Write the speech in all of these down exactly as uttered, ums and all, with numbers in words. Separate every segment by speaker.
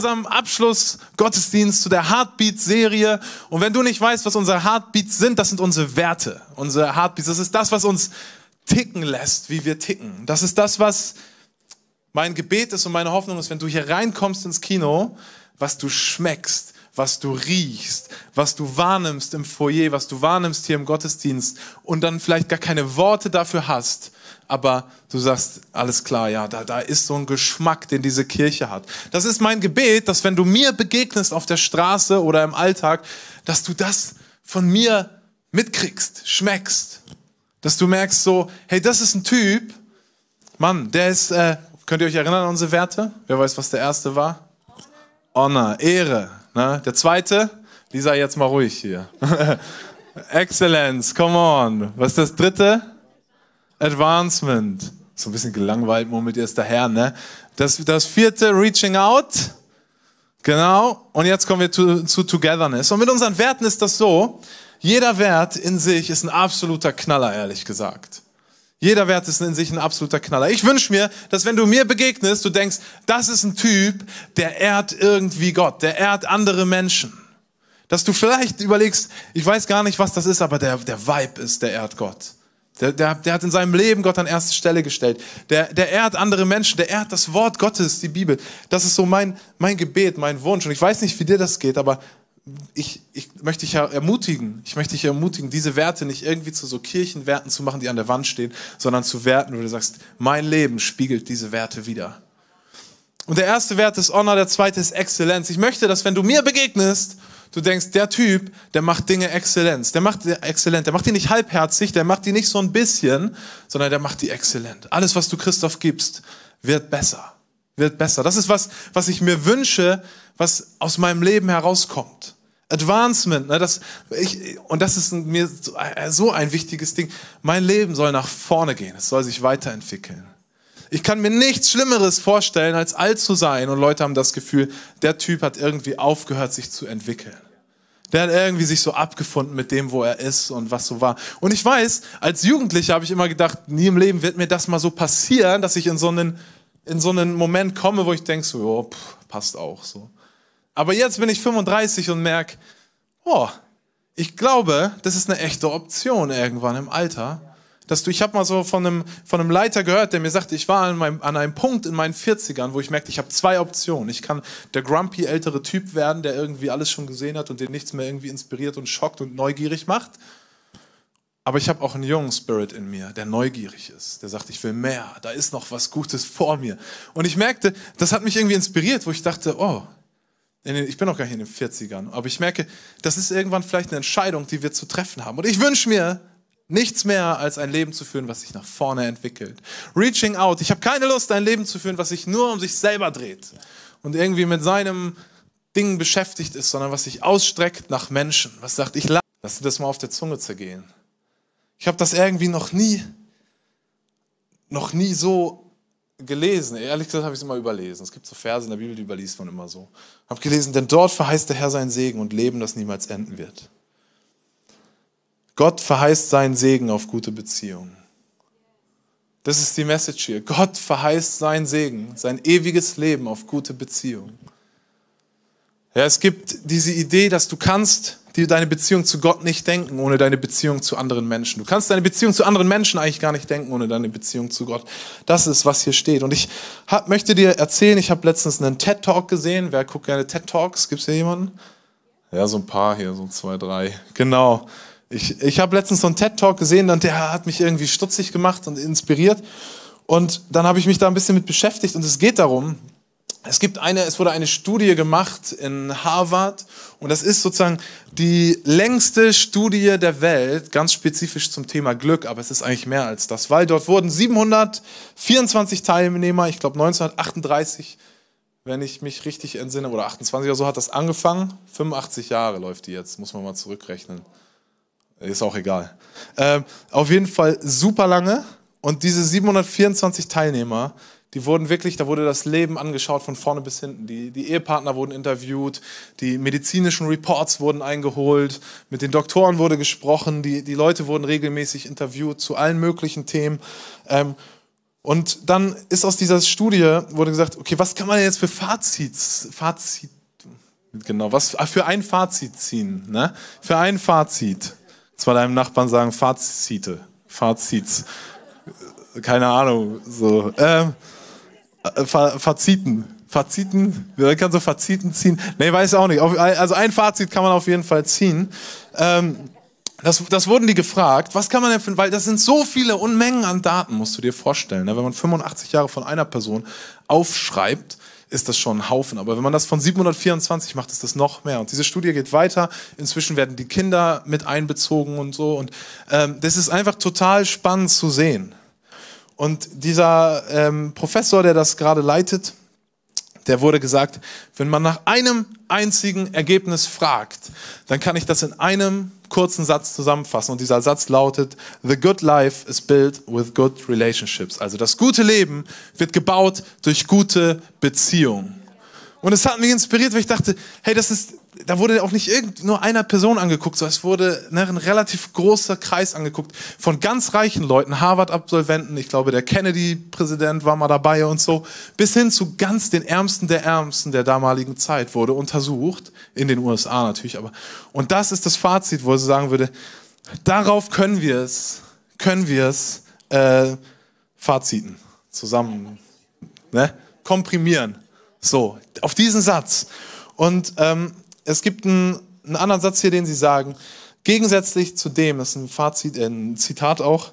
Speaker 1: unserem Abschluss-Gottesdienst zu der Heartbeat-Serie. Und wenn du nicht weißt, was unsere Heartbeats sind, das sind unsere Werte. Unsere Heartbeats, das ist das, was uns ticken lässt, wie wir ticken. Das ist das, was mein Gebet ist und meine Hoffnung ist, wenn du hier reinkommst ins Kino, was du schmeckst, was du riechst, was du wahrnimmst im Foyer, was du wahrnimmst hier im Gottesdienst und dann vielleicht gar keine Worte dafür hast, aber du sagst, alles klar, ja, da, da ist so ein Geschmack, den diese Kirche hat. Das ist mein Gebet, dass wenn du mir begegnest auf der Straße oder im Alltag, dass du das von mir mitkriegst, schmeckst. Dass du merkst so, hey, das ist ein Typ, Mann, der ist, äh, könnt ihr euch erinnern an unsere Werte? Wer weiß, was der erste war? Honor, Ehre. Ne? Der zweite, Lisa, jetzt mal ruhig hier. Excellence, come on. Was ist das dritte? Advancement. So ein bisschen gelangweilt, murmelt ihr es daher, ne? Das, das vierte, Reaching Out. Genau. Und jetzt kommen wir zu, zu Togetherness. Und mit unseren Werten ist das so, jeder Wert in sich ist ein absoluter Knaller, ehrlich gesagt. Jeder Wert ist in sich ein absoluter Knaller. Ich wünsche mir, dass wenn du mir begegnest, du denkst, das ist ein Typ, der ehrt irgendwie Gott, der ehrt andere Menschen. Dass du vielleicht überlegst, ich weiß gar nicht, was das ist, aber der, der Vibe ist, der ehrt Gott. Der, der, der hat in seinem Leben Gott an erste Stelle gestellt. Der, der ehrt andere Menschen, der ehrt das Wort Gottes, die Bibel. Das ist so mein, mein Gebet, mein Wunsch. Und ich weiß nicht, wie dir das geht, aber Ich, ich möchte dich ja ermutigen, ich möchte dich ermutigen, diese Werte nicht irgendwie zu so Kirchenwerten zu machen, die an der Wand stehen, sondern zu Werten, wo du sagst, mein Leben spiegelt diese Werte wider. Und der erste Wert ist Honor, der zweite ist Exzellenz. Ich möchte, dass wenn du mir begegnest, du denkst, der Typ, der macht Dinge Exzellenz, der macht die exzellent, der macht die nicht halbherzig, der macht die nicht so ein bisschen, sondern der macht die exzellent. Alles, was du Christoph gibst, wird besser, wird besser. Das ist was, was ich mir wünsche, was aus meinem Leben herauskommt. Advancement, ne, das, ich, und das ist mir so, so ein wichtiges Ding. Mein Leben soll nach vorne gehen, es soll sich weiterentwickeln. Ich kann mir nichts Schlimmeres vorstellen, als alt zu sein und Leute haben das Gefühl, der Typ hat irgendwie aufgehört, sich zu entwickeln. Der hat irgendwie sich so abgefunden mit dem, wo er ist und was so war. Und ich weiß, als Jugendlicher habe ich immer gedacht, nie im Leben wird mir das mal so passieren, dass ich in so einen, in so einen Moment komme, wo ich denke, so, jo, pff, passt auch so. Aber jetzt bin ich fünfunddreißig und merke, oh, ich glaube, das ist eine echte Option irgendwann im Alter. Dass du, ich habe mal so von einem, von einem Leiter gehört, der mir sagte, ich war an, meinem, an einem Punkt in meinen vierzigern, wo ich merkte, ich habe zwei Optionen. Ich kann der grumpy ältere Typ werden, der irgendwie alles schon gesehen hat und den nichts mehr irgendwie inspiriert und schockt und neugierig macht. Aber ich habe auch einen jungen Spirit in mir, der neugierig ist, der sagt, ich will mehr, da ist noch was Gutes vor mir. Und ich merkte, das hat mich irgendwie inspiriert, wo ich dachte, oh, ich bin noch gar nicht in den vierzigern, aber ich merke, das ist irgendwann vielleicht eine Entscheidung, die wir zu treffen haben. Und ich wünsche mir nichts mehr, als ein Leben zu führen, was sich nach vorne entwickelt. Reaching out. Ich habe keine Lust, ein Leben zu führen, was sich nur um sich selber dreht und irgendwie mit seinem Ding beschäftigt ist, sondern was sich ausstreckt nach Menschen. Was sagt, ich lass dir das mal auf der Zunge zergehen. Ich habe das irgendwie noch nie, noch nie so gelesen. Ehrlich gesagt habe ich es immer überlesen. Es gibt so Verse in der Bibel, die überliest man immer so. Ich habe gelesen, denn dort verheißt der Herr seinen Segen und Leben, das niemals enden wird. Gott verheißt seinen Segen auf gute Beziehungen. Das ist die Message hier. Gott verheißt seinen Segen, sein ewiges Leben auf gute Beziehungen. Ja, es gibt diese Idee, dass du kannst die, deine Beziehung zu Gott nicht denken, ohne deine Beziehung zu anderen Menschen. Du kannst deine Beziehung zu anderen Menschen eigentlich gar nicht denken, ohne deine Beziehung zu Gott. Das ist, was hier steht. Und ich hab, möchte dir erzählen, ich habe letztens einen TED-Talk gesehen. Wer guckt gerne TED-Talks? Gibt es hier jemanden? Ja, so ein paar hier, so zwei, drei. Genau. Ich, ich habe letztens so einen TED-Talk gesehen und der hat mich irgendwie stutzig gemacht und inspiriert. Und dann habe ich mich da ein bisschen mit beschäftigt und es geht darum, es gibt eine, es wurde eine Studie gemacht in Harvard und das ist sozusagen die längste Studie der Welt, ganz spezifisch zum Thema Glück, aber es ist eigentlich mehr als das, weil dort wurden siebenhundertvierundzwanzig Teilnehmer, ich glaube neunzehnhundertachtunddreißig, wenn ich mich richtig entsinne, oder achtundzwanzig oder so hat das angefangen, fünfundachtzig Jahre läuft die jetzt, muss man mal zurückrechnen. Ist auch egal. Ähm, auf jeden Fall super lange und diese siebenhundertvierundzwanzig Teilnehmer, die wurden wirklich, da wurde das Leben angeschaut von vorne bis hinten. Die, die Ehepartner wurden interviewt, die medizinischen Reports wurden eingeholt, mit den Doktoren wurde gesprochen, die, die Leute wurden regelmäßig interviewt zu allen möglichen Themen. Ähm, Und dann ist aus dieser Studie, wurde gesagt, okay, was kann man jetzt für Fazits, Fazit, genau, was für ein Fazit ziehen, ne? Für ein Fazit. Zwar deinem Nachbarn sagen Fazite, Fazits, keine Ahnung, so, ähm, Faziten, Faziten, wer kann so Faziten ziehen? Nee, weiß auch nicht. Also ein Fazit kann man auf jeden Fall ziehen. Ähm, Das, das wurden die gefragt, was kann man denn finden, weil das sind so viele Unmengen an Daten, musst du dir vorstellen. Ne? Wenn man fünfundachtzig Jahre von einer Person aufschreibt, ist das schon ein Haufen. Aber wenn man das von siebenhundertvierundzwanzig macht, ist das noch mehr. Und diese Studie geht weiter. Inzwischen werden die Kinder mit einbezogen und so. Und ähm, das ist einfach total spannend zu sehen. Und dieser ähm, Professor, der das gerade leitet, der wurde gesagt, wenn man nach einem einzigen Ergebnis fragt, dann kann ich das in einem kurzen Satz zusammenfassen. Und dieser Satz lautet, the good life is built with good relationships. Also das gute Leben wird gebaut durch gute Beziehungen. Und es hat mich inspiriert, weil ich dachte, hey, das ist, da wurde auch nicht irgend nur einer Person angeguckt, sondern es wurde ne, ein relativ großer Kreis angeguckt von ganz reichen Leuten, Harvard-Absolventen, ich glaube, der Kennedy-Präsident war mal dabei und so, bis hin zu ganz den Ärmsten der Ärmsten der damaligen Zeit wurde untersucht, in den U S A natürlich, aber, und das ist das Fazit, wo ich sagen würde, darauf können wir es, können wir es, äh, Faziten zusammen, ne, komprimieren. So, auf diesen Satz. Und ähm, es gibt einen, einen anderen Satz hier, den sie sagen, gegensätzlich zu dem, das ist ein Fazit, äh, ein Zitat auch,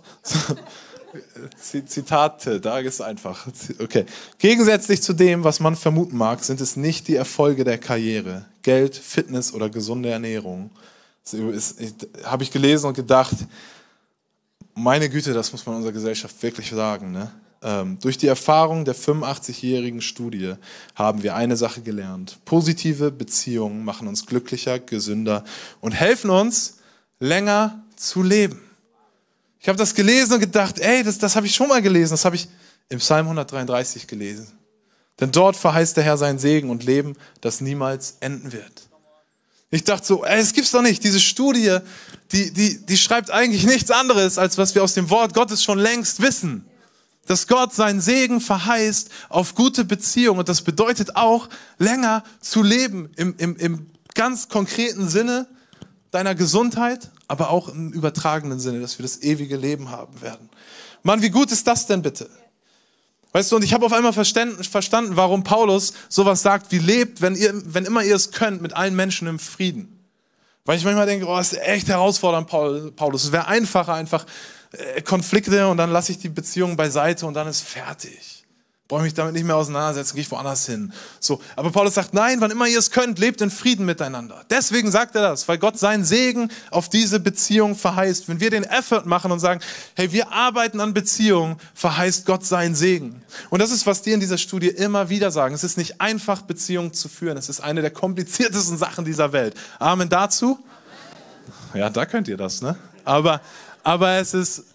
Speaker 1: Zitate, da ist einfach, okay. Gegensätzlich zu dem, was man vermuten mag, sind es nicht die Erfolge der Karriere, Geld, Fitness oder gesunde Ernährung. Das habe ich gelesen und gedacht, meine Güte, das muss man unserer Gesellschaft wirklich sagen, ne? Ähm, durch die Erfahrung der fünfundachtzigjährigen Studie haben wir eine Sache gelernt. Positive Beziehungen machen uns glücklicher, gesünder und helfen uns, länger zu leben. Ich habe das gelesen und gedacht, ey, das, das habe ich schon mal gelesen. Das habe ich im Psalm hundertdreiunddreißig gelesen. Denn dort verheißt der Herr seinen Segen und Leben, das niemals enden wird. Ich dachte so, ey, es gibt's doch nicht. Diese Studie, die, die, die schreibt eigentlich nichts anderes, als was wir aus dem Wort Gottes schon längst wissen. Dass Gott seinen Segen verheißt auf gute Beziehungen. Und das bedeutet auch, länger zu leben im, im, im ganz konkreten Sinne deiner Gesundheit, aber auch im übertragenen Sinne, dass wir das ewige Leben haben werden. Mann, wie gut ist das denn bitte? Weißt du, und ich habe auf einmal verstanden, verstanden, warum Paulus sowas sagt, wie lebt, wenn, ihr, wenn immer ihr es könnt, mit allen Menschen im Frieden. Weil ich manchmal denke, oh, das ist echt herausfordernd, Paulus. Es wäre einfacher, einfach Konflikte und dann lasse ich die Beziehung beiseite und dann ist fertig. Brauche ich mich damit nicht mehr auseinandersetzen, gehe ich woanders hin. So, aber Paulus sagt, nein, wann immer ihr es könnt, lebt in Frieden miteinander. Deswegen sagt er das, weil Gott seinen Segen auf diese Beziehung verheißt. Wenn wir den Effort machen und sagen, hey, wir arbeiten an Beziehungen, verheißt Gott seinen Segen. Und das ist, was die in dieser Studie immer wieder sagen. Es ist nicht einfach, Beziehungen zu führen. Es ist eine der kompliziertesten Sachen dieser Welt. Amen dazu? Ja, da könnt ihr das, ne? Aber Aber es ist,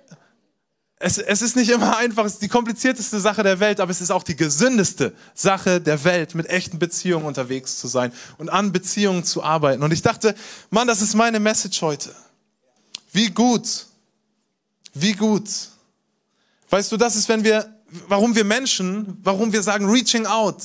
Speaker 1: es, es ist nicht immer einfach, es ist die komplizierteste Sache der Welt, aber es ist auch die gesündeste Sache der Welt, mit echten Beziehungen unterwegs zu sein und an Beziehungen zu arbeiten. Und ich dachte, Mann, das ist meine Message heute. Wie gut, wie gut. Weißt du, das ist, wenn wir, warum wir Menschen, warum wir sagen, reaching out.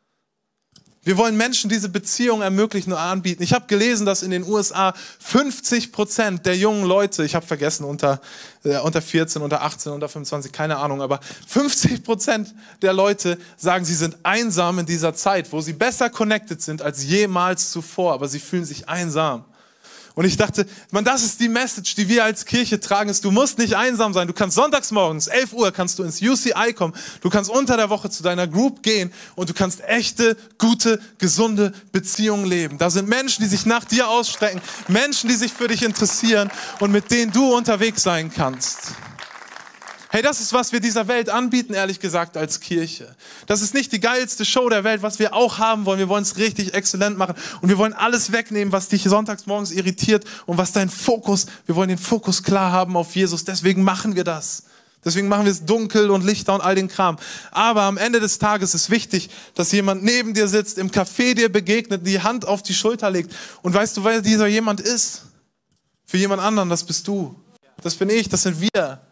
Speaker 1: Wir wollen Menschen diese Beziehung ermöglichen und anbieten. Ich habe gelesen, dass in den U S A fünfzig Prozent der jungen Leute, ich habe vergessen, unter, äh, unter vierzehn, unter achtzehn, unter fünfundzwanzig, keine Ahnung, aber fünfzig Prozent der Leute sagen, sie sind einsam in dieser Zeit, wo sie besser connected sind als jemals zuvor, aber sie fühlen sich einsam. Und ich dachte, man, das ist die Message, die wir als Kirche tragen, ist, du musst nicht einsam sein. Du kannst sonntags morgens, elf Uhr, kannst du ins U C I kommen. Du kannst unter der Woche zu deiner Group gehen und du kannst echte, gute, gesunde Beziehungen leben. Da sind Menschen, die sich nach dir ausstrecken, Menschen, die sich für dich interessieren und mit denen du unterwegs sein kannst. Hey, das ist, was wir dieser Welt anbieten, ehrlich gesagt, als Kirche. Das ist nicht die geilste Show der Welt, was wir auch haben wollen. Wir wollen es richtig exzellent machen. Und wir wollen alles wegnehmen, was dich sonntags morgens irritiert und was dein Fokus, wir wollen den Fokus klar haben auf Jesus. Deswegen machen wir das. Deswegen machen wir es dunkel und Lichter und all den Kram. Aber am Ende des Tages ist wichtig, dass jemand neben dir sitzt, im Café dir begegnet, die Hand auf die Schulter legt. Und weißt du, wer dieser jemand ist? Für jemand anderen, das bist du. Das bin ich, das sind wir.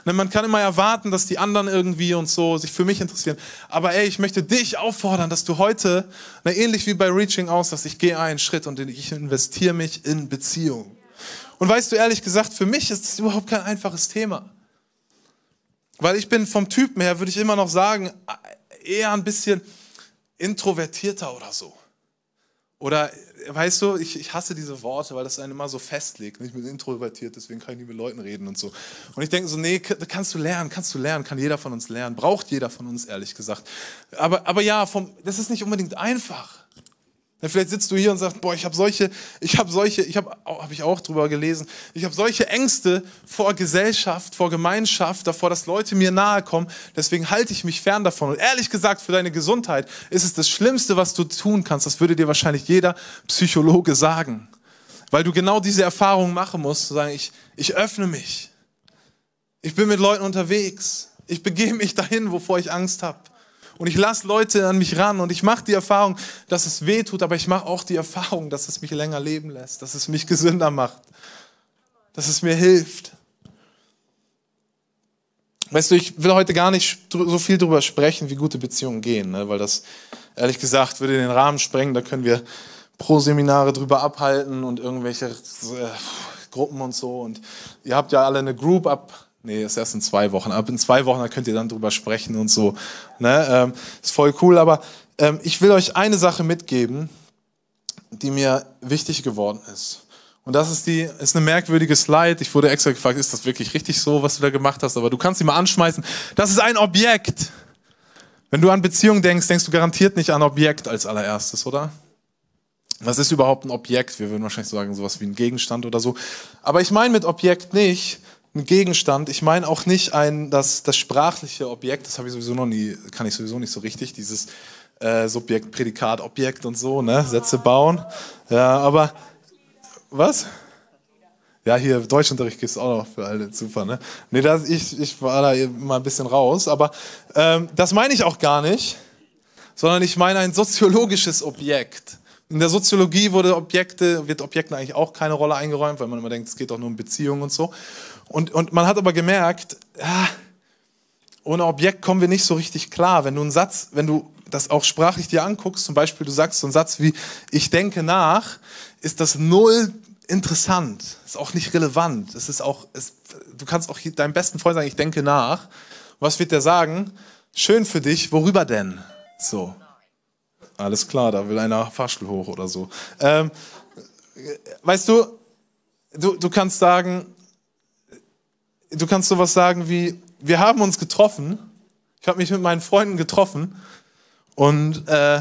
Speaker 1: Ne, man kann immer erwarten, dass die anderen irgendwie und so sich für mich interessieren. Aber ey, ich möchte dich auffordern, dass du heute, ne, ähnlich wie bei Reaching Out, dass ich gehe einen Schritt und ich investiere mich in Beziehungen. Und weißt du, ehrlich gesagt, für mich ist das überhaupt kein einfaches Thema. Weil ich bin vom Typen her, würde ich immer noch sagen, eher ein bisschen introvertierter oder so. Oder, weißt du, ich, ich hasse diese Worte, weil das einen immer so festlegt. Ich bin introvertiert, deswegen kann ich nicht mit Leuten reden und so. Und ich denke so, nee, kannst du lernen, kannst du lernen, kann jeder von uns lernen. Braucht jeder von uns, ehrlich gesagt. Aber, aber ja, vom, das ist nicht unbedingt einfach. Ja, vielleicht sitzt du hier und sagst, boah, ich habe solche, ich habe solche, ich habe, habe ich auch drüber gelesen, ich habe solche Ängste vor Gesellschaft, vor Gemeinschaft, davor, dass Leute mir nahe kommen, deswegen halte ich mich fern davon. Und ehrlich gesagt, für deine Gesundheit ist es das Schlimmste, was du tun kannst. Das würde dir wahrscheinlich jeder Psychologe sagen. Weil du genau diese Erfahrung machen musst, zu sagen, ich, ich öffne mich. Ich bin mit Leuten unterwegs. Ich begebe mich dahin, wovor ich Angst habe. Und ich lasse Leute an mich ran und ich mache die Erfahrung, dass es weh tut, aber ich mache auch die Erfahrung, dass es mich länger leben lässt, dass es mich gesünder macht, dass es mir hilft. Weißt du, ich will heute gar nicht so viel darüber sprechen, wie gute Beziehungen gehen, ne? Weil das, ehrlich gesagt, würde den Rahmen sprengen. Da können wir Pro-Seminare drüber abhalten und irgendwelche äh, Gruppen und so. Und ihr habt ja alle eine Group ab. Nee, ist erst in zwei Wochen. Ab in zwei Wochen, da könnt ihr dann drüber sprechen und so. Ne? Ähm, ist voll cool, aber ähm, ich will euch eine Sache mitgeben, die mir wichtig geworden ist. Und das ist die, ist eine merkwürdige Slide. Ich wurde extra gefragt, ist das wirklich richtig so, was du da gemacht hast? Aber du kannst sie mal anschmeißen. Das ist ein Objekt. Wenn du an Beziehungen denkst, denkst du garantiert nicht an Objekt als allererstes, oder? Was ist überhaupt ein Objekt? Wir würden wahrscheinlich sagen, sowas wie ein Gegenstand oder so. Aber ich meine mit Objekt nicht ein Gegenstand. Ich meine auch nicht ein, das, das sprachliche Objekt, das habe ich sowieso noch nie, kann ich sowieso nicht so richtig, dieses äh, Subjekt, Prädikat, Objekt und so, ne? Sätze bauen. Ja, aber, was? Ja, hier Deutschunterricht gibt es auch noch für alle, super, ne? Nee, das, ich, ich war da mal ein bisschen raus, aber ähm, das meine ich auch gar nicht, sondern ich meine ein soziologisches Objekt. In der Soziologie wurde Objekte, wird Objekten eigentlich auch keine Rolle eingeräumt, weil man immer denkt, es geht doch nur um Beziehungen und so. Und, und man hat aber gemerkt, ja, ohne Objekt kommen wir nicht so richtig klar. Wenn du einen Satz, wenn du das auch sprachlich dir anguckst, zum Beispiel du sagst so einen Satz wie, ich denke nach, ist das null interessant, ist auch nicht relevant. Es ist auch, es, du kannst auch deinem besten Freund sagen, ich denke nach. Was wird der sagen? Schön für dich, worüber denn? So. Alles klar, da will einer Fahrstuhl hoch oder so. Ähm, weißt du, du, du kannst sagen, du kannst sowas sagen wie, wir haben uns getroffen, ich habe mich mit meinen Freunden getroffen und äh,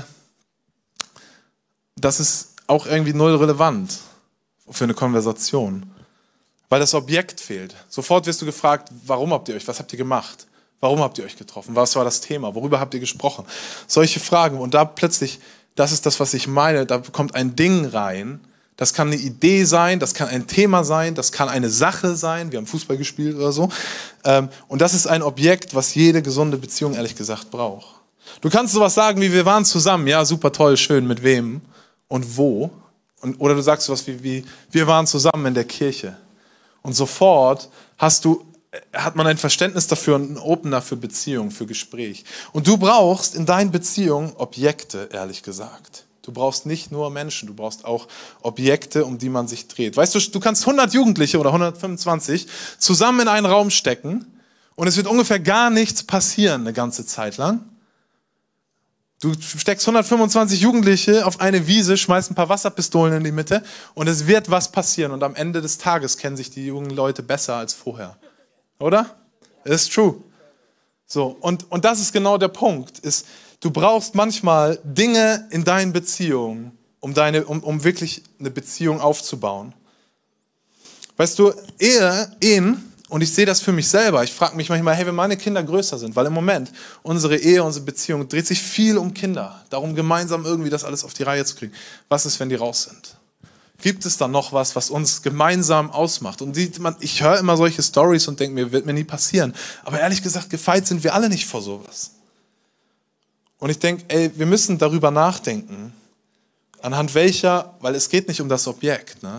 Speaker 1: das ist auch irgendwie null relevant für eine Konversation, weil das Objekt fehlt. Sofort wirst du gefragt, warum habt ihr euch, was habt ihr gemacht? Warum habt ihr euch getroffen? Was war das Thema? Worüber habt ihr gesprochen? Solche Fragen. Und da plötzlich, das ist das, was ich meine, da kommt ein Ding rein. Das kann eine Idee sein, das kann ein Thema sein, das kann eine Sache sein. Wir haben Fußball gespielt oder so. Und das ist ein Objekt, was jede gesunde Beziehung, ehrlich gesagt, braucht. Du kannst sowas sagen wie, wir waren zusammen. Ja, super toll, schön. Mit wem? Und wo? Und, oder du sagst sowas wie, wie, wir waren zusammen in der Kirche. Und sofort hast du hat man ein Verständnis dafür und einen Opener für Beziehung, für Gespräch. Und du brauchst in deinen Beziehungen Objekte, ehrlich gesagt. Du brauchst nicht nur Menschen, du brauchst auch Objekte, um die man sich dreht. Weißt du, du kannst hundert Jugendliche oder hundertfünfundzwanzig zusammen in einen Raum stecken und es wird ungefähr gar nichts passieren eine ganze Zeit lang. Du steckst hundertfünfundzwanzig Jugendliche auf eine Wiese, schmeißt ein paar Wasserpistolen in die Mitte und es wird was passieren. Und am Ende des Tages kennen sich die jungen Leute besser als vorher. Oder? Ist true. So, und, und das ist genau der Punkt. Ist, du brauchst manchmal Dinge in deinen Beziehungen, um, deine, um, um wirklich eine Beziehung aufzubauen. Weißt du, Ehe, Ehen, und ich sehe das für mich selber, ich frage mich manchmal, hey, wenn meine Kinder größer sind, weil im Moment unsere Ehe, unsere Beziehung dreht sich viel um Kinder, darum gemeinsam irgendwie das alles auf die Reihe zu kriegen. Was ist, wenn die raus sind? Gibt es da noch was, was uns gemeinsam ausmacht? Und die, man, ich höre immer solche Storys und denke mir, wird mir nie passieren. Aber ehrlich gesagt, gefeit sind wir alle nicht vor sowas. Und ich denke, ey, wir müssen darüber nachdenken, anhand welcher, weil es geht nicht um das Objekt, ne?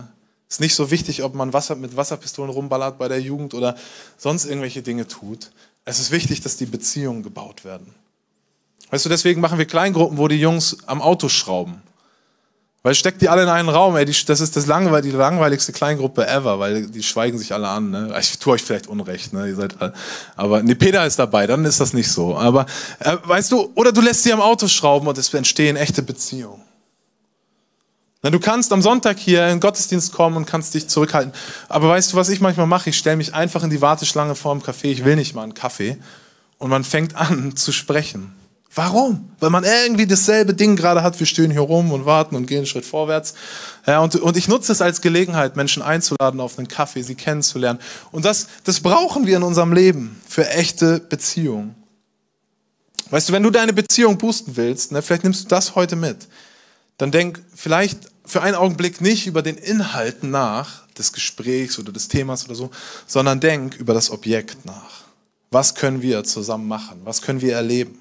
Speaker 1: Ist nicht so wichtig, ob man Wasser, mit Wasserpistolen rumballert bei der Jugend oder sonst irgendwelche Dinge tut. Es ist wichtig, dass die Beziehungen gebaut werden. Weißt du, deswegen machen wir Kleingruppen, wo die Jungs am Auto schrauben. Weil steckt die alle in einen Raum, ey, die, das ist das langweil, die langweiligste Kleingruppe ever, weil die schweigen sich alle an. Ne? Ich tue euch vielleicht Unrecht, ne? Ihr seid alle, aber ne, Peter ist dabei, dann ist das nicht so. Aber äh, weißt du, oder du lässt sie am Auto schrauben und es entstehen echte Beziehungen. Na, du kannst am Sonntag hier in den Gottesdienst kommen und kannst dich zurückhalten. Aber weißt du, was ich manchmal mache? Ich stelle mich einfach in die Warteschlange vor dem Café, ich will nicht mal einen Kaffee. Und man fängt an zu sprechen. Warum? Weil man irgendwie dasselbe Ding gerade hat. Wir stehen hier rum und warten und gehen einen Schritt vorwärts. Ja, und, und ich nutze es als Gelegenheit, Menschen einzuladen auf einen Kaffee, sie kennenzulernen. Und das, das brauchen wir in unserem Leben für echte Beziehungen. Weißt du, wenn du deine Beziehung boosten willst, ne, vielleicht nimmst du das heute mit, dann denk vielleicht für einen Augenblick nicht über den Inhalt nach des Gesprächs oder des Themas oder so, sondern denk über das Objekt nach. Was können wir zusammen machen? Was können wir erleben?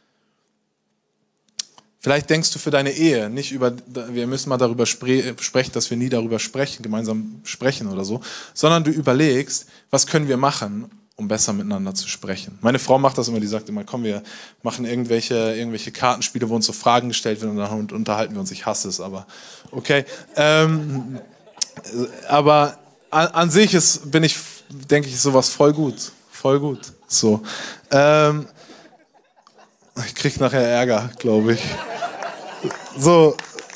Speaker 1: Vielleicht denkst du für deine Ehe nicht über, wir müssen mal darüber spre- sprechen, dass wir nie darüber sprechen, gemeinsam sprechen oder so, sondern du überlegst, was können wir machen, um besser miteinander zu sprechen. Meine Frau macht das immer, die sagt immer, komm, wir machen irgendwelche, irgendwelche Kartenspiele, wo uns so Fragen gestellt werden und dann unterhalten wir uns. Ich hasse es, aber okay. Ähm, aber an, an sich ist, bin ich, denke ich, sowas voll gut, voll gut. So. Ähm, ich krieg nachher Ärger, glaube ich. So,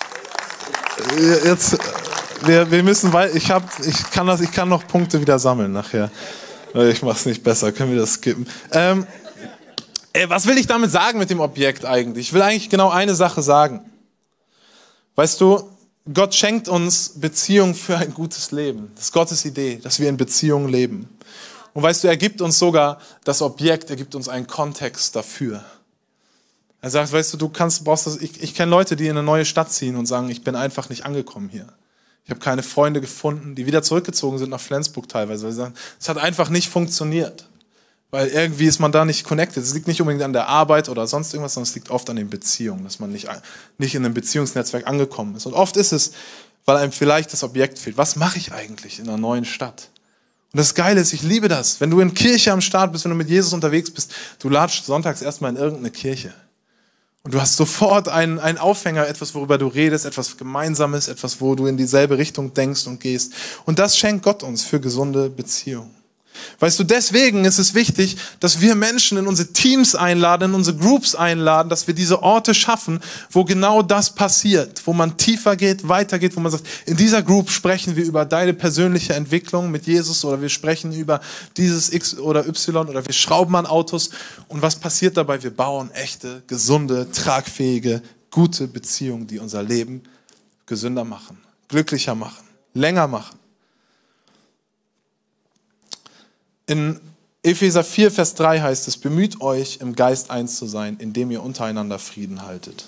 Speaker 1: jetzt, wir, wir müssen, weil ich habe, ich kann das, ich kann noch Punkte wieder sammeln nachher. Ich mach's nicht besser, können wir das skippen. Ähm, ey, was will ich damit sagen mit dem Objekt eigentlich? Ich will eigentlich genau eine Sache sagen. Weißt du, Gott schenkt uns Beziehung für ein gutes Leben. Das ist Gottes Idee, dass wir in Beziehungen leben. Und weißt du, er gibt uns sogar das Objekt, er gibt uns einen Kontext dafür. Er sagt, weißt du, du kannst, brauchst das. Ich, ich kenne Leute, die in eine neue Stadt ziehen und sagen, ich bin einfach nicht angekommen hier. Ich habe keine Freunde gefunden, die wieder zurückgezogen sind nach Flensburg teilweise, weil sie sagen, es hat einfach nicht funktioniert. Weil irgendwie ist man da nicht connected. Es liegt nicht unbedingt an der Arbeit oder sonst irgendwas, sondern es liegt oft an den Beziehungen, dass man nicht, nicht in einem Beziehungsnetzwerk angekommen ist. Und oft ist es, weil einem vielleicht das Objekt fehlt. Was mache ich eigentlich in einer neuen Stadt? Und das Geile ist, ich liebe das. Wenn du in Kirche am Start bist, wenn du mit Jesus unterwegs bist, du latschst sonntags erstmal in irgendeine Kirche. Und du hast sofort einen, einen Aufhänger, etwas, worüber du redest, etwas Gemeinsames, etwas, wo du in dieselbe Richtung denkst und gehst. Und das schenkt Gott uns für gesunde Beziehungen. Weißt du, deswegen ist es wichtig, dass wir Menschen in unsere Teams einladen, in unsere Groups einladen, dass wir diese Orte schaffen, wo genau das passiert, wo man tiefer geht, weitergeht, wo man sagt, in dieser Group sprechen wir über deine persönliche Entwicklung mit Jesus oder wir sprechen über dieses X oder Y oder wir schrauben an Autos. Und was passiert dabei? Wir bauen echte, gesunde, tragfähige, gute Beziehungen, die unser Leben gesünder machen, glücklicher machen, länger machen. In Epheser vier, Vers drei heißt es, bemüht euch, im Geist eins zu sein, indem ihr untereinander Frieden haltet.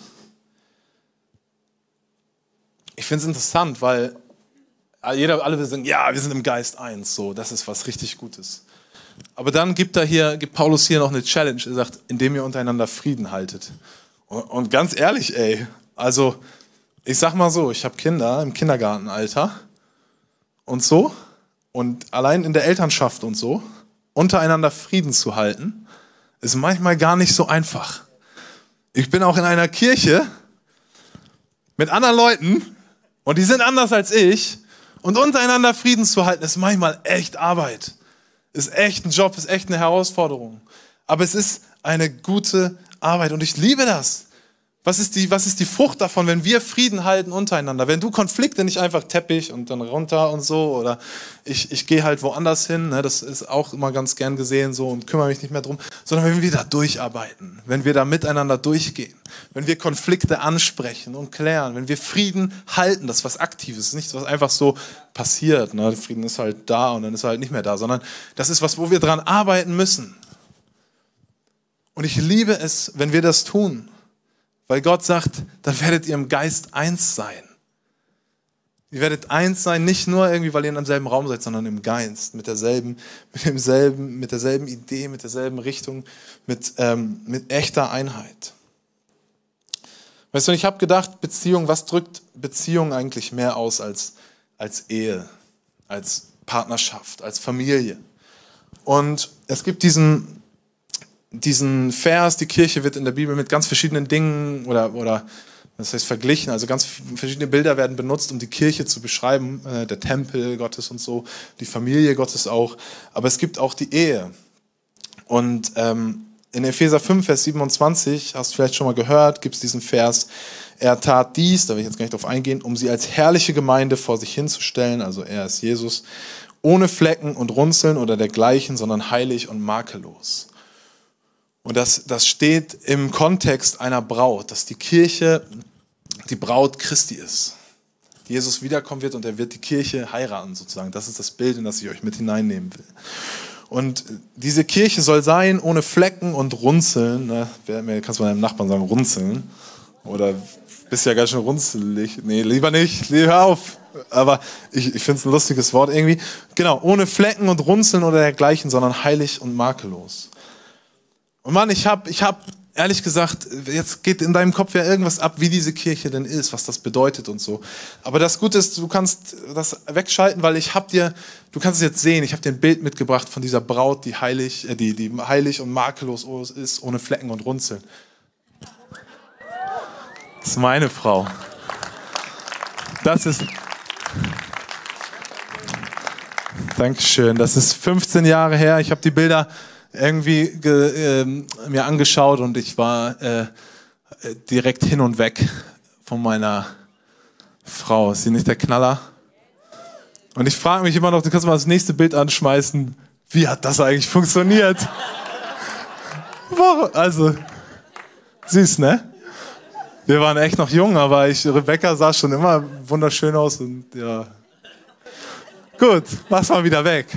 Speaker 1: Ich finde es interessant, weil jeder, alle sagen, ja, wir sind im Geist eins, so, das ist was richtig Gutes. Aber dann gibt, er hier, gibt Paulus hier noch eine Challenge, er sagt, indem ihr untereinander Frieden haltet. Und, und ganz ehrlich, ey, also ich sag mal so, ich habe Kinder im Kindergartenalter und so. Und allein in der Elternschaft und so, untereinander Frieden zu halten, ist manchmal gar nicht so einfach. Ich bin auch in einer Kirche mit anderen Leuten und die sind anders als ich. Und untereinander Frieden zu halten, ist manchmal echt Arbeit. Ist echt ein Job, ist echt eine Herausforderung. Aber es ist eine gute Arbeit und ich liebe das. Was ist die, was ist die Frucht davon, wenn wir Frieden halten untereinander? Wenn du Konflikte nicht einfach Teppich und dann runter und so oder ich, ich gehe halt woanders hin, ne, das ist auch immer ganz gern gesehen so und kümmere mich nicht mehr drum, sondern wenn wir da durcharbeiten, wenn wir da miteinander durchgehen, wenn wir Konflikte ansprechen und klären, wenn wir Frieden halten, das ist was Aktives, nicht was einfach so passiert, ne, Frieden ist halt da und dann ist er halt nicht mehr da, sondern das ist was, wo wir dran arbeiten müssen. Und ich liebe es, wenn wir das tun. Weil Gott sagt, dann werdet ihr im Geist eins sein. Ihr werdet eins sein, nicht nur irgendwie, weil ihr in demselben Raum seid, sondern im Geist, mit derselben, mit demselben, mit derselben Idee, mit derselben Richtung, mit, ähm, mit echter Einheit. Weißt du, ich habe gedacht, Beziehung, was drückt Beziehung eigentlich mehr aus als, als Ehe? als Partnerschaft, als Familie. Und es gibt diesen, diesen Vers, die Kirche wird in der Bibel mit ganz verschiedenen Dingen oder, oder das heißt verglichen, also ganz verschiedene Bilder werden benutzt, um die Kirche zu beschreiben, äh, der Tempel Gottes und so, die Familie Gottes auch, aber es gibt auch die Ehe. Und ähm, in Epheser fünf, Vers siebenundzwanzig, hast du vielleicht schon mal gehört, gibt es diesen Vers, er tat dies, da will ich jetzt gar nicht drauf eingehen, um sie als herrliche Gemeinde vor sich hinzustellen, also er ist Jesus, ohne Flecken und Runzeln oder dergleichen, sondern heilig und makellos. Und das, das steht im Kontext einer Braut, dass die Kirche die Braut Christi ist. Jesus wiederkommen wird und er wird die Kirche heiraten sozusagen. Das ist das Bild, in das ich euch mit hineinnehmen will. Und diese Kirche soll sein ohne Flecken und Runzeln. Ne? Kannst du mal deinem Nachbarn sagen, runzeln? Oder bist ja ganz schön runzelig. Nee, lieber nicht, hör auf. Aber ich, ich finde es ein lustiges Wort irgendwie. Genau, ohne Flecken und Runzeln oder dergleichen, sondern heilig und makellos. Und Mann, ich habe, ich hab, ehrlich gesagt, jetzt geht in deinem Kopf ja irgendwas ab, wie diese Kirche denn ist, was das bedeutet und so. Aber das Gute ist, du kannst das wegschalten, weil ich habe dir, du kannst es jetzt sehen, ich habe dir ein Bild mitgebracht von dieser Braut, die heilig, äh, die, die heilig und makellos ist, ohne Flecken und Runzeln. Das ist meine Frau. Das ist... Dankeschön. Das ist fünfzehn Jahre her. Ich habe die Bilder irgendwie ge, äh, mir angeschaut und ich war äh, direkt hin und weg von meiner Frau. Ist sie nicht der Knaller? Und ich frage mich immer noch, du kannst mal das nächste Bild anschmeißen. Wie hat das eigentlich funktioniert? Also, süß, ne? Wir waren echt noch jung, aber ich, Rebecca sah schon immer wunderschön aus und ja. Gut, mach's mal wieder weg.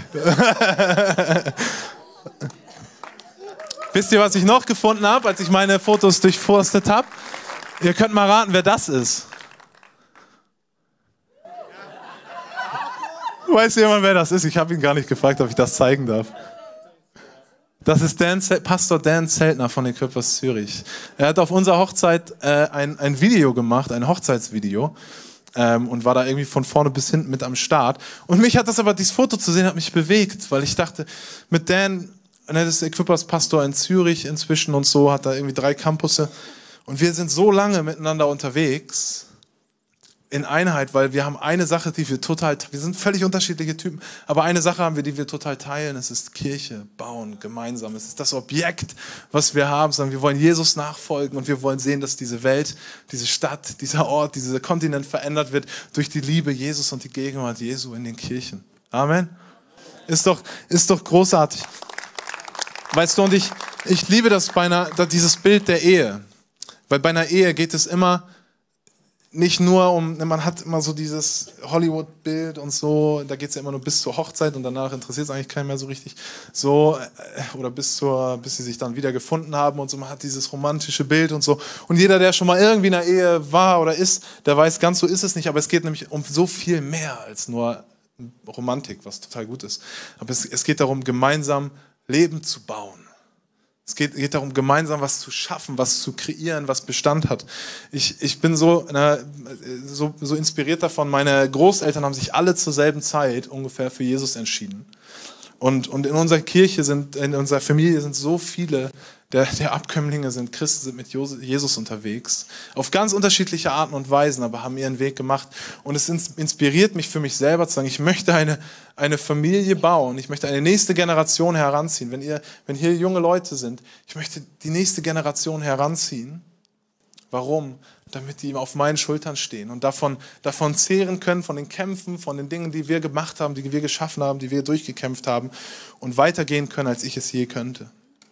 Speaker 1: Wisst ihr, was ich noch gefunden habe, als ich meine Fotos durchforstet habe? Ihr könnt mal raten, wer das ist. Weiß jemand, wer das ist? Ich habe ihn gar nicht gefragt, ob ich das zeigen darf. Das ist Dan, Pastor Dan Zeltner von den Körpers Zürich. Er hat auf unserer Hochzeit äh, ein, ein Video gemacht, ein Hochzeitsvideo. Ähm, und war da irgendwie von vorne bis hinten mit am Start. Und mich hat das aber, dieses Foto zu sehen, hat mich bewegt, weil ich dachte, mit Dan, ne, das ist Equippers Pastor in Zürich inzwischen und so, hat da irgendwie drei Campusse. Und wir sind so lange miteinander unterwegs, in Einheit, weil wir haben eine Sache, die wir total, wir sind völlig unterschiedliche Typen, aber eine Sache haben wir, die wir total teilen, es ist Kirche, bauen, gemeinsam, es ist das Objekt, was wir haben, sondern wir wollen Jesus nachfolgen und wir wollen sehen, dass diese Welt, diese Stadt, dieser Ort, dieser Kontinent verändert wird durch die Liebe Jesus und die Gegenwart Jesu in den Kirchen. Amen. Ist doch, ist doch großartig. Weißt du, und ich, ich liebe das bei einer, dieses Bild der Ehe, weil bei einer Ehe geht es immer nicht nur um, man hat immer so dieses Hollywood-Bild und so, da geht es ja immer nur bis zur Hochzeit und danach interessiert es eigentlich keinen mehr so richtig. So, oder bis zur, bis sie sich dann wieder gefunden haben und so, man hat dieses romantische Bild und so. Und jeder, der schon mal irgendwie in einer Ehe war oder ist, der weiß, ganz so ist es nicht, aber es geht nämlich um so viel mehr als nur Romantik, was total gut ist. Aber es, es geht darum, gemeinsam Leben zu bauen. Es geht, geht darum, gemeinsam was zu schaffen, was zu kreieren, was Bestand hat. Ich, ich bin so, na, so, so inspiriert davon, meine Großeltern haben sich alle zur selben Zeit ungefähr für Jesus entschieden. Und, und in unserer Kirche sind, in unserer Familie sind so viele der, der Abkömmlinge sind Christen, sind mit Jesus unterwegs. Auf ganz unterschiedliche Arten und Weisen, aber haben ihren Weg gemacht. Und es inspiriert mich für mich selber zu sagen, ich möchte eine, eine Familie bauen. Ich möchte eine nächste Generation heranziehen. Wenn ihr, wenn hier junge Leute sind, ich möchte die nächste Generation heranziehen. Warum? Damit die auf meinen Schultern stehen und davon, davon zehren können, von den Kämpfen, von den Dingen, die wir gemacht haben, die wir geschaffen haben, die wir durchgekämpft haben und weitergehen können, als ich es je könnte.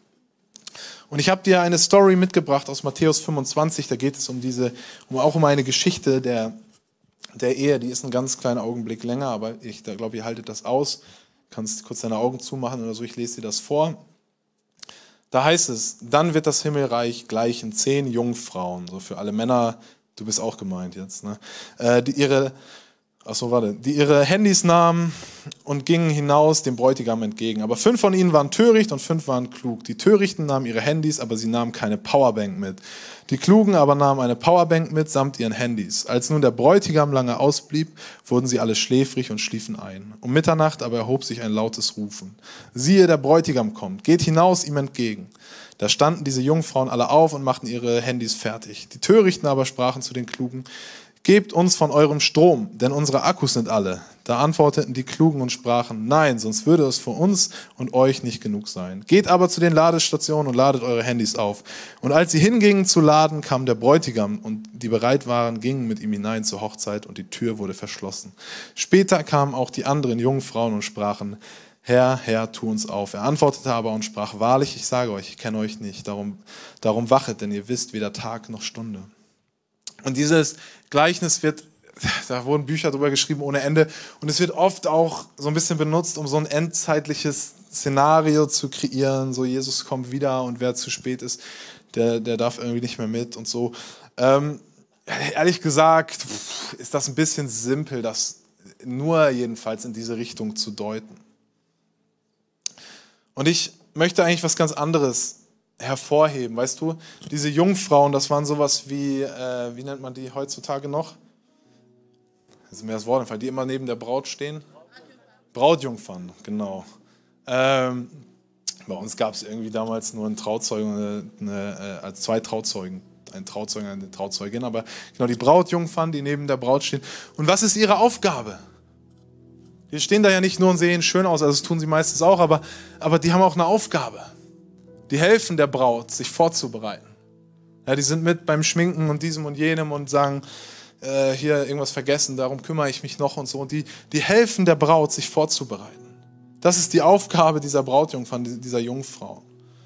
Speaker 1: Und ich habe dir eine Story mitgebracht aus Matthäus fünfundzwanzig, da geht es um diese, um auch um eine Geschichte der, der Ehe, die ist einen ganz kleinen Augenblick länger, aber ich glaube, ihr haltet das aus. Du kannst kurz deine Augen zumachen oder so, ich lese dir das vor. Da heißt es, dann wird das Himmelreich gleichen zehn Jungfrauen, so für alle Männer, du bist auch gemeint jetzt, ne? äh, die ihre Achso, warte, die ihre Handys nahmen und gingen hinaus dem Bräutigam entgegen. Aber fünf von ihnen waren töricht und fünf waren klug. Die Törichten nahmen ihre Handys, aber sie nahmen keine Powerbank mit. Die Klugen aber nahmen eine Powerbank mit samt ihren Handys. Als nun der Bräutigam lange ausblieb, wurden sie alle schläfrig und schliefen ein. Um Mitternacht aber erhob sich ein lautes Rufen. Siehe, der Bräutigam kommt, geht hinaus ihm entgegen. Da standen diese Jungfrauen alle auf und machten ihre Handys fertig. Die Törichten aber sprachen zu den Klugen: Gebt uns von eurem Strom, denn unsere Akkus sind alle. Da antworteten die Klugen und sprachen: Nein, sonst würde es für uns und euch nicht genug sein. Geht aber zu den Ladestationen und ladet eure Handys auf. Und als sie hingingen zu laden, kam der Bräutigam, und die bereit waren, gingen mit ihm hinein zur Hochzeit, und die Tür wurde verschlossen. Später kamen auch die anderen Jungfrauen und sprachen: Herr, Herr, tu uns auf. Er antwortete aber und sprach: Wahrlich, ich sage euch, ich kenne euch nicht. Darum, darum wachet, denn ihr wisst weder Tag noch Stunde. Und dieses Gleichnis wird, da wurden Bücher drüber geschrieben ohne Ende, und es wird oft auch so ein bisschen benutzt, um so ein endzeitliches Szenario zu kreieren, so Jesus kommt wieder und wer zu spät ist, der, der darf irgendwie nicht mehr mit und so. Ähm, ehrlich gesagt ist das ein bisschen simpel, das nur jedenfalls in diese Richtung zu deuten. Und ich möchte eigentlich was ganz anderes hervorheben, weißt du, diese Jungfrauen, das waren sowas wie, äh, wie nennt man die heutzutage noch? Das ist mir das Wort entfallen, die immer neben der Braut stehen. Brautjungfern, genau. Ähm, bei uns gab es irgendwie damals nur einen Trauzeugen, eine, eine, also zwei Trauzeugen, einen Trauzeugen, eine Trauzeugin, aber genau die Brautjungfern, die neben der Braut stehen. Und was ist ihre Aufgabe? Die stehen da ja nicht nur und sehen schön aus, also das tun sie meistens auch, aber, aber die haben auch eine Aufgabe. Die helfen der Braut, sich vorzubereiten. Ja, die sind mit beim Schminken und diesem und jenem und sagen, äh, hier irgendwas vergessen, darum kümmere ich mich noch und so. Und die, die helfen der Braut, sich vorzubereiten. Das ist die Aufgabe dieser Brautjungfern, dieser Jungfrau.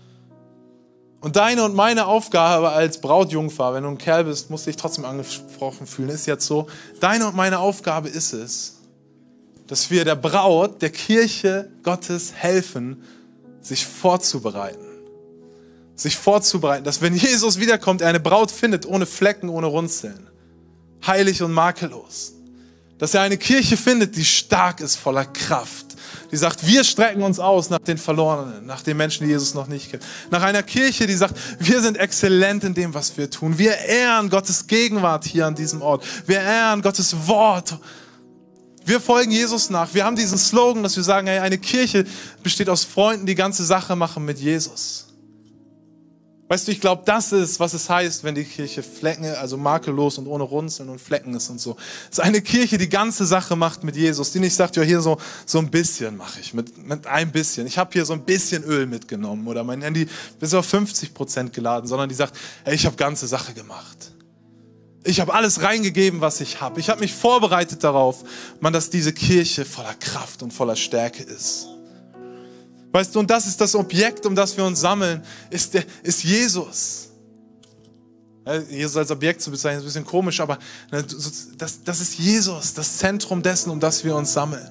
Speaker 1: Und deine und meine Aufgabe als Brautjungfer, wenn du ein Kerl bist, musst du dich trotzdem angesprochen fühlen, ist jetzt so, deine und meine Aufgabe ist es, dass wir der Braut, der Kirche Gottes helfen, sich vorzubereiten. Sich vorzubereiten, dass wenn Jesus wiederkommt, er eine Braut findet, ohne Flecken, ohne Runzeln. Heilig und makellos. Dass er eine Kirche findet, die stark ist, voller Kraft. Die sagt, wir strecken uns aus nach den Verlorenen, nach den Menschen, die Jesus noch nicht kennen. Nach einer Kirche, die sagt, wir sind exzellent in dem, was wir tun. Wir ehren Gottes Gegenwart hier an diesem Ort. Wir ehren Gottes Wort. Wir folgen Jesus nach. Wir haben diesen Slogan, dass wir sagen, hey, eine Kirche besteht aus Freunden, die ganze Sache machen mit Jesus. Weißt du, ich glaube, das ist, was es heißt, wenn die Kirche Flecken, also makellos und ohne Runzeln und Flecken ist und so. Es ist eine Kirche, die ganze Sache macht mit Jesus, die nicht sagt, ja, hier so, so ein bisschen mache ich, mit, mit ein bisschen. Ich habe hier so ein bisschen Öl mitgenommen oder mein Handy bis auf fünfzig Prozent geladen, sondern die sagt, hey, ich habe ganze Sache gemacht. Ich habe alles reingegeben, was ich habe. Ich habe mich vorbereitet darauf, man, dass diese Kirche voller Kraft und voller Stärke ist. Weißt du, und das ist das Objekt, um das wir uns sammeln, ist, der, ist Jesus. Ja, Jesus als Objekt zu bezeichnen, ist ein bisschen komisch, aber das, das ist Jesus, das Zentrum dessen, um das wir uns sammeln.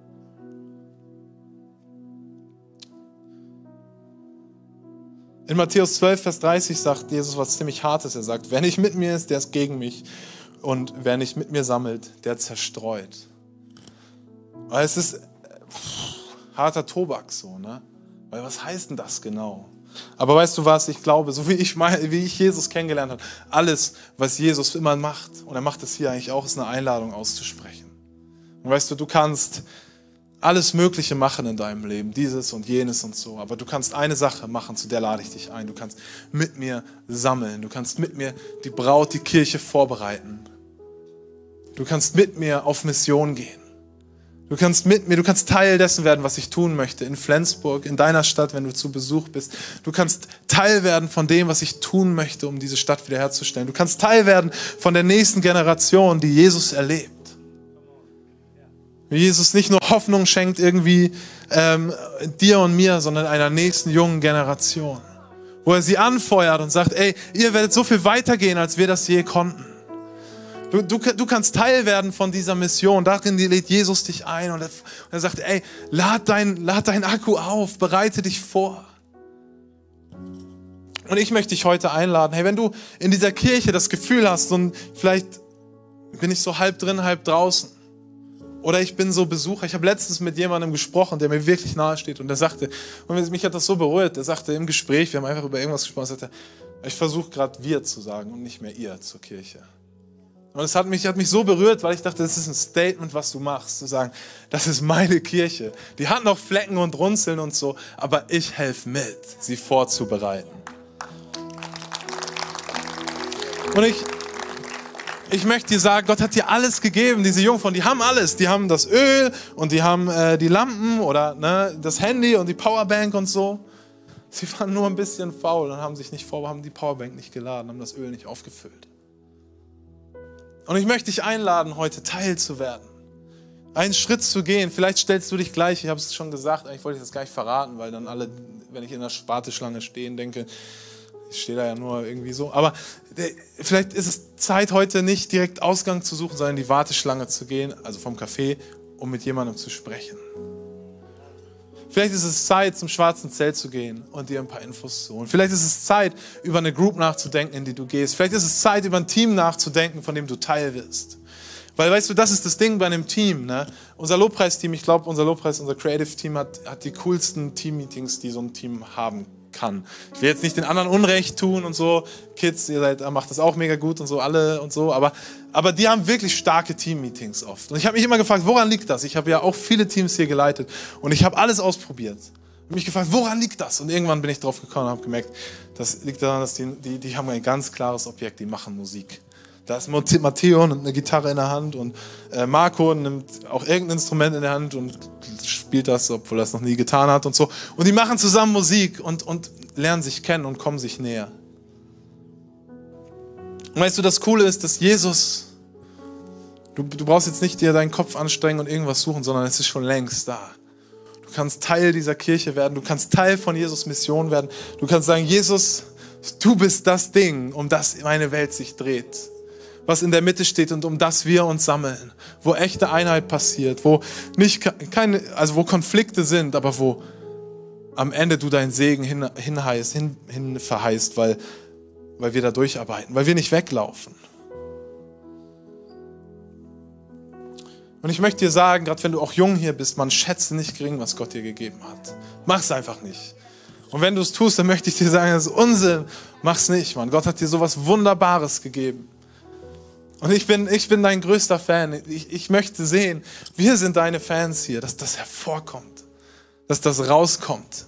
Speaker 1: In Matthäus zwölf, Vers dreißig sagt Jesus was ziemlich Hartes. Er sagt, wer nicht mit mir ist, der ist gegen mich. Und wer nicht mit mir sammelt, der zerstreut. Weil es ist harter Tobak so, ne? Weil was heißt denn das genau? Aber weißt du was, ich glaube, so wie ich, mein, wie ich Jesus kennengelernt habe, alles, was Jesus immer macht, und er macht das hier eigentlich auch, ist eine Einladung auszusprechen. Und weißt du, du kannst alles Mögliche machen in deinem Leben, dieses und jenes und so, aber du kannst eine Sache machen, zu der lade ich dich ein. Du kannst mit mir sammeln, du kannst mit mir die Braut, die Kirche vorbereiten. Du kannst mit mir auf Mission gehen. Du kannst mit mir, du kannst Teil dessen werden, was ich tun möchte, in Flensburg, in deiner Stadt, wenn du zu Besuch bist. Du kannst Teil werden von dem, was ich tun möchte, um diese Stadt wiederherzustellen. Du kannst Teil werden von der nächsten Generation, die Jesus erlebt. Wie Jesus nicht nur Hoffnung schenkt irgendwie ähm, dir und mir, sondern einer nächsten jungen Generation. Wo er sie anfeuert und sagt, ey, ihr werdet so viel weitergehen, als wir das je konnten. Du, du, du kannst Teil werden von dieser Mission. Darin lädt Jesus dich ein und er, und er sagt, ey, lad dein, lad dein Akku auf, bereite dich vor. Und ich möchte dich heute einladen, hey, wenn du in dieser Kirche das Gefühl hast und vielleicht bin ich so halb drin, halb draußen, Oder ich bin so Besucher. Ich habe letztens mit jemandem gesprochen, der mir wirklich nahe steht. Und der sagte, und mich hat das so berührt, der sagte im Gespräch, wir haben einfach über irgendwas gesprochen, sagte, ich versuche gerade wir zu sagen und nicht mehr ihr zur Kirche. Und es hat mich, hat mich so berührt, weil ich dachte, das ist ein Statement, was du machst, zu sagen, das ist meine Kirche. Die hat noch Flecken und Runzeln und so, aber ich helfe mit, sie vorzubereiten. Und ich, ich möchte dir sagen, Gott hat dir alles gegeben. Diese Jungfrauen, die haben alles. Die haben das Öl und die haben äh, die Lampen oder ne, das Handy und die Powerbank und so. Sie waren nur ein bisschen faul und haben sich nicht vor, haben die Powerbank nicht geladen, haben das Öl nicht aufgefüllt. Und ich möchte dich einladen, heute Teil zu werden. Einen Schritt zu gehen. Vielleicht stellst du dich gleich, ich habe es schon gesagt, eigentlich wollte ich das gar nicht verraten, weil dann alle, wenn ich in der Warteschlange stehen, denke, ich stehe da ja nur irgendwie so. Aber vielleicht ist es Zeit, heute nicht direkt Ausgang zu suchen, sondern in die Warteschlange zu gehen, also vom Café, um mit jemandem zu sprechen. Vielleicht ist es Zeit, zum schwarzen Zelt zu gehen und dir ein paar Infos zu holen. Vielleicht ist es Zeit, über eine Group nachzudenken, in die du gehst. Vielleicht ist es Zeit, über ein Team nachzudenken, von dem du Teil wirst. Weil, weißt du, das ist das Ding bei einem Team. Ne? Unser Lobpreisteam, ich glaube, unser Lobpreis, unser Creative Team hat, hat die coolsten Team-Meetings, die so ein Team haben kann. Ich will jetzt nicht den anderen Unrecht tun und so. Kids, ihr seid, macht das auch mega gut und so, alle und so. Aber, aber die haben wirklich starke Team-Meetings oft. Und ich habe mich immer gefragt, woran liegt das? Ich habe ja auch viele Teams hier geleitet und ich habe alles ausprobiert. Ich habe mich gefragt, woran liegt das? Und irgendwann bin ich drauf gekommen und habe gemerkt, das liegt daran, dass die, die, die haben ein ganz klares Objekt, die machen Musik. Da ist Matteo und eine Gitarre in der Hand und äh, Marco nimmt auch irgendein Instrument in der Hand und spielt das, obwohl er es noch nie getan hat und so. Und die machen zusammen Musik und, und lernen sich kennen und kommen sich näher. Und weißt du, das Coole ist, dass Jesus, du, du brauchst jetzt nicht dir deinen Kopf anstrengen und irgendwas suchen, sondern es ist schon längst da. Du kannst Teil dieser Kirche werden, du kannst Teil von Jesus' Mission werden. Du kannst sagen, Jesus, du bist das Ding, um das meine Welt sich dreht. Was in der Mitte steht und um das wir uns sammeln, wo echte Einheit passiert, wo nicht keine, also wo Konflikte sind, aber wo am Ende du deinen Segen hin, hinheißt, hin, hin verheißt, weil, weil wir da durcharbeiten, weil wir nicht weglaufen. Und ich möchte dir sagen, gerade wenn du auch jung hier bist, man schätze nicht gering, was Gott dir gegeben hat. Mach's einfach nicht. Und wenn du es tust, dann möchte ich dir sagen, das ist Unsinn. Mach's nicht, Mann. Gott hat dir sowas Wunderbares gegeben. Und ich bin, ich bin dein größter Fan. Ich, ich möchte sehen, wir sind deine Fans hier, dass das hervorkommt, dass das rauskommt.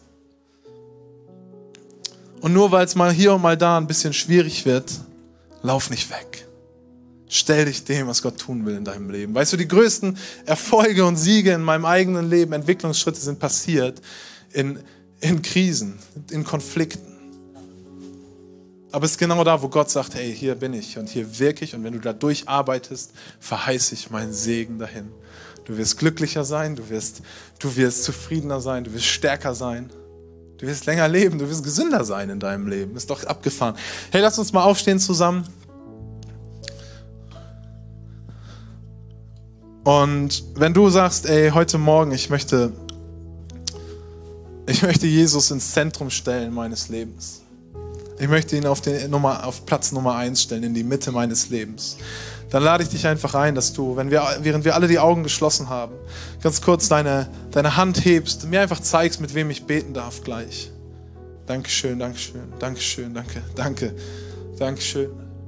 Speaker 1: Und nur weil es mal hier und mal da ein bisschen schwierig wird, lauf nicht weg. Stell dich dem, was Gott tun will in deinem Leben. Weißt du, die größten Erfolge und Siege in meinem eigenen Leben, Entwicklungsschritte sind passiert in, in Krisen, in Konflikten. Aber es ist genau da, wo Gott sagt, hey, hier bin ich und hier wirke ich. Und wenn du da durcharbeitest, verheiße ich meinen Segen dahin. Du wirst glücklicher sein, du wirst, du wirst zufriedener sein, du wirst stärker sein. Du wirst länger leben, du wirst gesünder sein in deinem Leben. Ist doch abgefahren. Hey, lass uns mal aufstehen zusammen. Und wenn du sagst, ey, heute Morgen, ich möchte, ich möchte Jesus ins Zentrum stellen meines Lebens. Ich möchte ihn auf, den Nummer, auf Platz Nummer eins stellen, in die Mitte meines Lebens. Dann lade ich dich einfach ein, dass du, wenn wir, während wir alle die Augen geschlossen haben, ganz kurz deine, deine Hand hebst und mir einfach zeigst, mit wem ich beten darf gleich. Dankeschön, Dankeschön, Dankeschön, danke, danke, Dankeschön.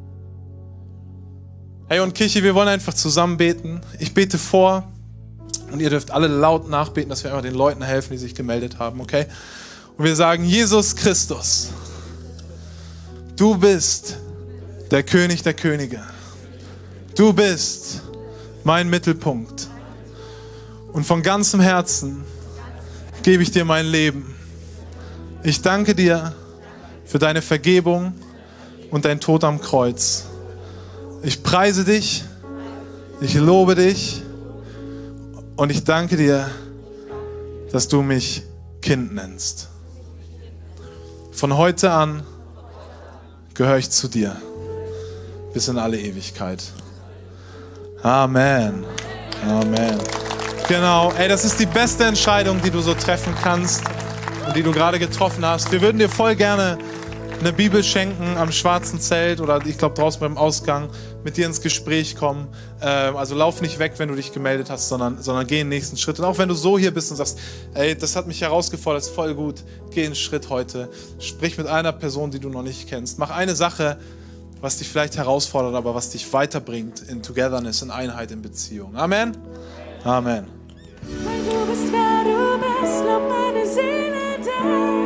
Speaker 1: Hey, und Kirche, wir wollen einfach zusammen beten. Ich bete vor und ihr dürft alle laut nachbeten, dass wir einfach den Leuten helfen, die sich gemeldet haben, okay? Und wir sagen, Jesus Christus, du bist der König der Könige. Du bist mein Mittelpunkt. Und von ganzem Herzen gebe ich dir mein Leben. Ich danke dir für deine Vergebung und dein Tod am Kreuz. Ich preise dich, ich lobe dich und ich danke dir, dass du mich Kind nennst. Von heute an gehöre ich zu dir bis in alle Ewigkeit. Amen. Amen. Genau, ey, das ist die beste Entscheidung, die du so treffen kannst und die du gerade getroffen hast. Wir würden dir voll gerne eine Bibel schenken am schwarzen Zelt oder ich glaube draußen beim Ausgang, mit dir ins Gespräch kommen. Ähm, also lauf nicht weg, wenn du dich gemeldet hast, sondern, sondern geh den nächsten Schritt. Und auch wenn du so hier bist und sagst, ey, das hat mich herausgefordert, ist voll gut, geh einen Schritt heute. Sprich mit einer Person, die du noch nicht kennst. Mach eine Sache, was dich vielleicht herausfordert, aber was dich weiterbringt in Togetherness, in Einheit, in Beziehung. Amen? Amen.
Speaker 2: Weil du bist, wer du bist, lob meine Seele dir.